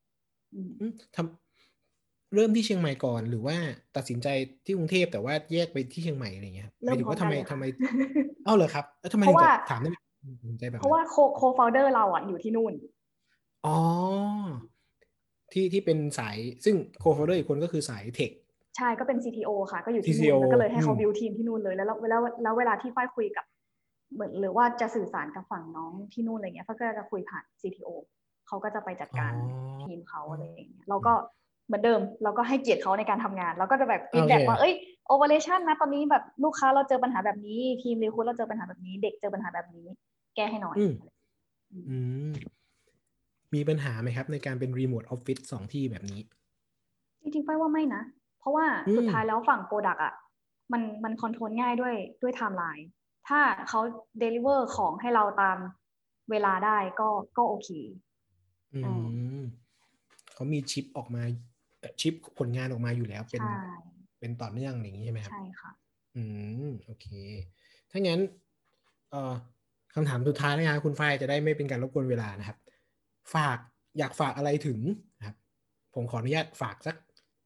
เริ่มที่เชียงใหม่ก่อนหรือว่าตัดสินใจที่กรุงเทพแต่ว่าแยกไปที่เชียงใหม่อะไรเงี้ยหมายถึงว่าทำไมเหรอครับแล้วทำไมถึงถามได้ไหมสนใจแบบเพราะว่าโคฟาวเดอร์เราอยู่ที่นู่นอ๋อที่เป็นสายซึ่งโคฟาวเดอร์อีกคนก็คือสายเทคใช่ก็เป็น CTO ค่ะก็อยู่ที่นู่นแล้วก็เลยให้เขาบิวทีมที่นู่นเลยแล้วเวลาที่ฝ้ายคุยกับเหมือนหรือว่าจะสื่อสารกับฝั่งน้องที่นู่นอะไรเงี้ยฝ้ายก็จะคุยผ่าน CTO เขาก็จะไปจัดการทีมเขาอะไรอย่างเงี้ยเราก็เหมือนเดิมเราก็ให้เกียรติเขาในการทำงานเราก็จะแบบฟีดแบ็กว่าโอเปอเรชั่นนะตอนนี้แบบลูกค้าเราเจอปัญหาแบบนี้ทีมรีคูดเราเจอปัญหาแบบนี้เด็กเจอปัญหาแบบนี้แก้ให้หน่อยมีปัญหาไหมครับในการเป็นรีโมทออฟฟิศ2 ที่แบบนี้จริงๆฝ้ายว่าไม่นะเพราะว่าสุดท้ายแล้วฝั่งโปรดักต์มันคอนโทรลง่ายด้วยไทม์ไลน์ถ้าเขาเดลิเวอร์ของให้เราตามเวลาได้ก็โอเคเขามีชิปออกมาชิปผลงานออกมาอยู่แล้วเป็นต่อเนื่องอย่างนี้ใช่ไหมครับใช่ค่ะโอเคถ้างั้นคำถามสุดท้ายนะครับคุณฝ้ายจะได้ไม่เป็นการรบกวนเวลานะครับอยากฝากอะไรถึงนะครับผมขออนุญาตฝากสัก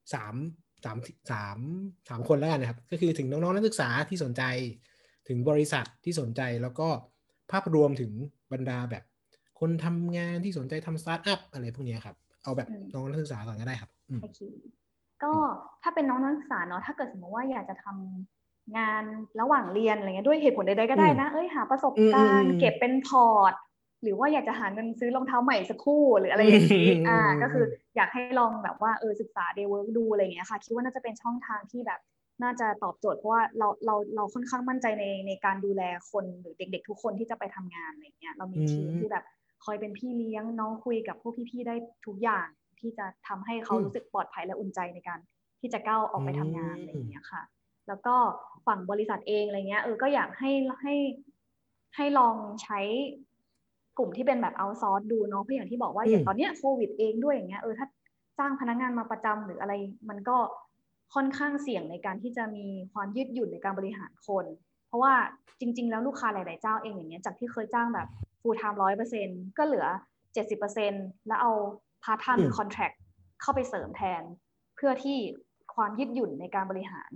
3คนแล้วกันนะครับก็คือถึงน้องๆนักศึกษาที่สนใจถึงบริษัทที่สนใจแล้วก็ภาพรวมถึงบรรดาแบบคนทำงานที่สนใจทำสตาร์ทอัพอะไรพวกนี้ครับเอาแบบน้องนักศึกษาก่อนก็ได้ครับโอเคก็ถ้าเป็นน้องนักศึกษาเนาะถ้าเกิดสมมติว่าอยากจะทำงานระหว่างเรียนอะไรเงี้ยด้วยเหตุผลใดๆก็ได้นะหาประสบการณ์เก็บเป็นพอร์ตหรือว่าอยากจะหาเงินซื้อรองเท้าใหม่สักคู่หรืออะไรอย่างนี้ก็คืออยากให้ลองแบบว่าศึกษา Day Work ดูอะไรเงี้ยค่ะคิดว่าน่าจะเป็นช่องทางที่แบบน่าจะตอบโจทย์เพราะว่าเราค่อนข้างมั่นใจในการดูแลคนหรือเด็กๆทุกคนที่จะไปทำงานอะไรเงี้ยเรามีทีมที่แบบคอยเป็นพี่เลี้ยงน้องคุยกับพวกพี่ๆได้ทุกอย่างที่จะทำให้เขารู้สึกปลอดภัยและอุ่นใจในการที่จะก้าวออกไปทำงานอะไรอย่างเงี้ยค่ะแล้วก็ฝั่งบริษัทเองอะไรเงี้ยก็อยากให้ลองใช้กลุ่มที่เป็นแบบเอาท์ซอร์สดูเนาะเพราะอย่างที่บอกว่าอย่างตอนเนี้ยโควิดเองด้วยอย่างเงี้ยถ้าจ้างพนักงานมาประจำหรืออะไรมันก็ค่อนข้างเสี่ยงในการที่จะมีความยืดหยุ่นในการบริหารคนเพราะว่าจริงๆแล้วลูกค้าหลายๆเจ้าเองอย่างเงี้ยจากที่เคยจ้างแบบ full time 100%ก็เหลือ 70% แล้วเอาพาร์ทไทม์หรือคอนแทรคเข้าไปเสริมแทนเพื่อที่ความยืดหยุ่นในการบริหาร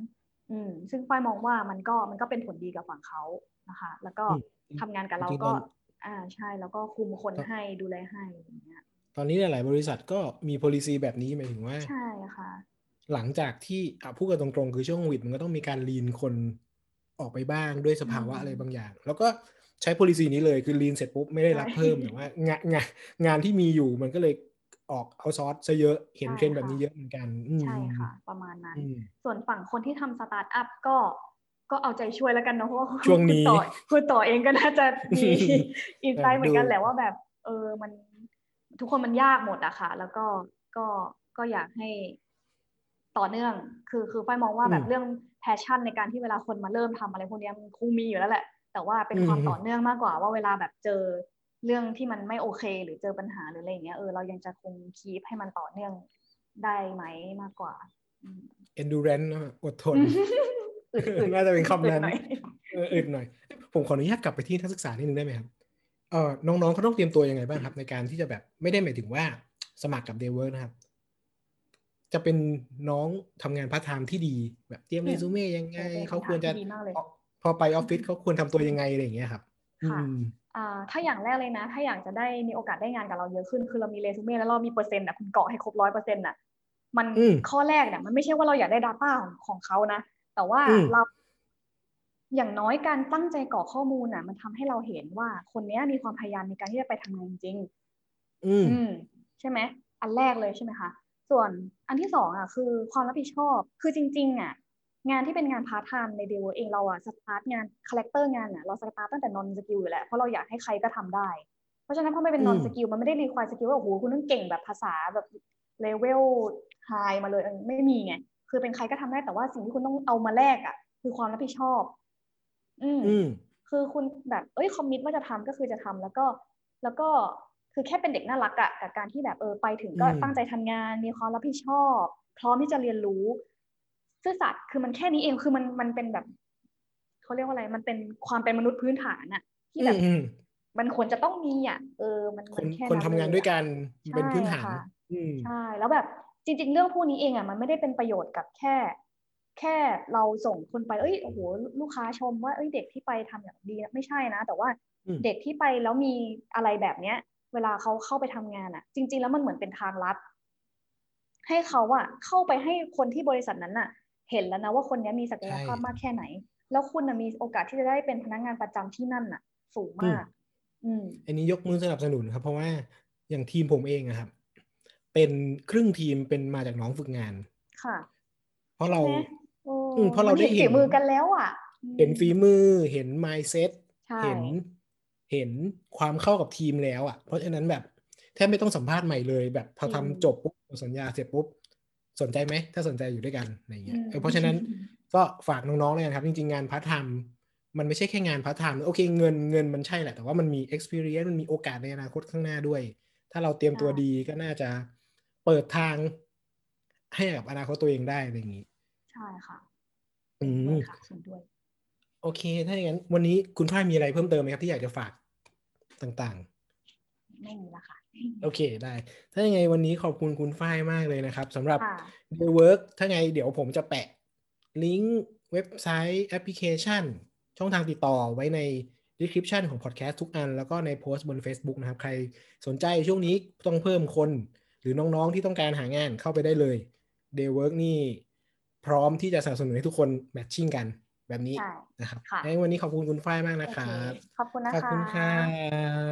ซึ่งฝ้ายมองว่ามันก็เป็นผลดีกับฝั่งเขานะคะแล้วก็ทำงานกับเราก็ใช่แล้วก็คุมคนให้ดูแลให้อย่างเงี้ยตอนนี้หลายๆบริษัทก็มี policy แบบนี้หมายถึงว่าใช่ค่ะหลังจากที่พูดกันตรงๆคือช่วงโควิดมันก็ต้องมีการลีนคนออกไปบ้างด้วยสภาวะอะไรบางอย่างแล้วก็ใช้ policy นี้เลยคือลีนเสร็จปุ๊บไม่ได้รับเพิ่มแต่ว่างานที่มีอยู่มันก็เลยออกเอาซอร์สซะเยอะเห็นเทรนด์แบบนี้เยอะเหมือนกันใช่ค่ะประมาณนั้นส่วนฝั่งคนที่ทำสตาร์ทอัพก็เอาใจช่วยแล้วกันเนาะเพราะว่าช่วงนี้คุณต่อเองก็น่าจะมีอินไซต์เหมือนกันแหละว่าแบบมันทุกคนมันยากหมดอะค่ะแล้วก็อยากให้ต่อเนื่องคือฝ้ายมองว่าแบบเรื่องแพชชั่นในการที่เวลาคนมาเริ่มทำอะไรพวกนี้มันคงมีอยู่แล้วแหละแต่ว่าเป็นความต่อเนื่องมากกว่าว่าเวลาแบบเจอเรื่องที่มันไม่โอเคหรือเจอปัญหาหรืออะไรอย่างเงี้ยเรายังจะคงคีปให้มันต่อเนื่องได้ไหมมากกว่า endurance อดทนน่าจะเป็นคำนั้นอึดหน่อยผมขออนุญาตกลับไปที่นักศึกษานิดนึงได้ไหมครับน้องๆเขาต้องเตรียมตัวยังไงบ้างครับในการที่จะแบบไม่ได้หมายถึงว่าสมัครกับ Daywork นะครับจะเป็นน้องทำงานพาร์ทไทม์ที่ดีแบบเตรียมเรซูเม่ยังไงเขาควรจะพอไปออฟฟิศเขาควรทำตัวยังไงอะไรอย่างเงี้ยครับค่ะถ้าอย่างแรกเลยนะถ้าอยากจะได้มีโอกาสได้งานกับเราเยอะขึ้นคือเรามีเรซูเม่แล้วเรามีเปอร์เซ็นต์คุณเกาะให้ครบ100%มันข้อแรกเนี่ยมันไม่ใช่ว่าเราอยากได้ Data ของเขานะแต่ว่าเราอย่างน้อยการตั้งใจกรอกข้อมูลมันทำให้เราเห็นว่าคนนี้มีความพยายามในการที่จะไปทำงานจริงใช่ไหมอันแรกเลยใช่ไหมคะส่วนอันที่สองคือความรับผิดชอบคือจริงๆงานที่เป็นงานพาร์ทไทม์ใน Daywork เองเราสตาร์ทงานคาแรคเตอร์งานเราสตาร์ทตั้งแต่ non skill อยู่แล้วเพราะเราอยากให้ใครก็ทำได้เพราะฉะนั้นพอไม่เป็น non skill มันไม่ได้ require skill ว่าโอ้โหคุณต้องเก่งแบบภาษาแบบเลเวลไฮมาเลยไม่มีไงคือเป็นใครก็ทำได้แต่ว่าสิ่งที่คุณต้องเอามาแลกคือความรับผิดชอบคือคุณแบบคอมมิตว่าจะทำก็คือจะทำแล้วก็คือแค่เป็นเด็กน่ารักกับการที่แบบไปถึงก็ตั้งใจทำงานมีความรับผิดชอบพร้อมที่จะเรียนรู้ซื่อสัตย์คือมันแค่นี้เองคือมันเป็นแบบเขาเรียกว่าอะไรมันเป็นความเป็นมนุษย์พื้นฐานที่แบบมันควรจะต้องมีมันแค่นั้นคนทำงานด้วยกันเป็นพื้นฐานใช่แล้วแบบจริงๆเรื่องพวกนี้เองมันไม่ได้เป็นประโยชน์กับแค่เราส่งคนไปโอ้โหลูกค้าชมว่าเด็กที่ไปทำอย่างดีไม่ใช่นะแต่ว่าเด็กที่ไปแล้วมีอะไรแบบเนี้ยเวลาเขาเข้าไปทำงานจริงๆแล้วมันเหมือนเป็นทางลัดให้เขาเข้าไปให้คนที่บริษัทนั้นเห็นแล้วนะว่าคนนี้มีศักยภาพมากแค่ไหนแล้วคุณมีโอกาสที่จะได้เป็นพนักงานประจำที่นั่นสูงมากอันนี้ยกมือสนับสนุนครับเพราะว่าอย่างทีมผมเองครับเป็นครึ่งทีมเป็นมาจากน้องฝึกงานค่ะเพราะเราได้เห็นฝีมือกันแล้วเห็นฝีมือเห็น mindset เห็นความเข้ากับทีมแล้วเพราะฉะนั้นแบบแทบไม่ต้องสัมภาษณ์ใหม่เลยแบบพอทำจบปุ๊บสัญญาเสร็จปุ๊บสนใจไหมถ้าสนใจอยู่ด้วยกันอะไรเงี้ยเพราะฉะนั้นก็ฝากน้องๆเลยครับจริงๆงานพาร์ทไทม์มันไม่ใช่แค่งานพาร์ทไทม์โอเคเงินมันใช่แหละแต่ว่ามันมี experience มันมีโอกาสในอนาคตข้างหน้าด้วยถ้าเราเตรียมตัวดีก็น่าจะเปิดทางให้กับอนาคตตัวเองได้อะไรอย่างนี้ใช่ค่ะด้วยค่ะส่วนด้วยโอเคถ้าอย่างนั้นวันนี้คุณฝ้ายมีอะไรเพิ่มเติมไหมครับที่อยากจะฝากต่างๆไม่มีละค่ะโอเคได้ถ้าอย่างไงวันนี้ขอบคุณคุณฝ้ายมากเลยนะครับสำหรับ Daywork ถ้าไงเดี๋ยวผมจะแปะลิงก์เว็บไซต์แอปพลิเคชันช่องทางติดต่อไว้ใน description ของ podcast ทุกอันแล้วก็ในโพสต์บน Facebook นะครับใครสนใจช่วงนี้ต้องเพิ่มคนหรือน้องๆที่ต้องการหางานเข้าไปได้เลย Daywork นี่พร้อมที่จะสนับสนุนให้ทุกคนแมทชิ่งกันแบบนี้นะครับวันนี้ขอบคุณคุณฝ้ายมากนะครับขอบคุณนะคะขอบคุณครับ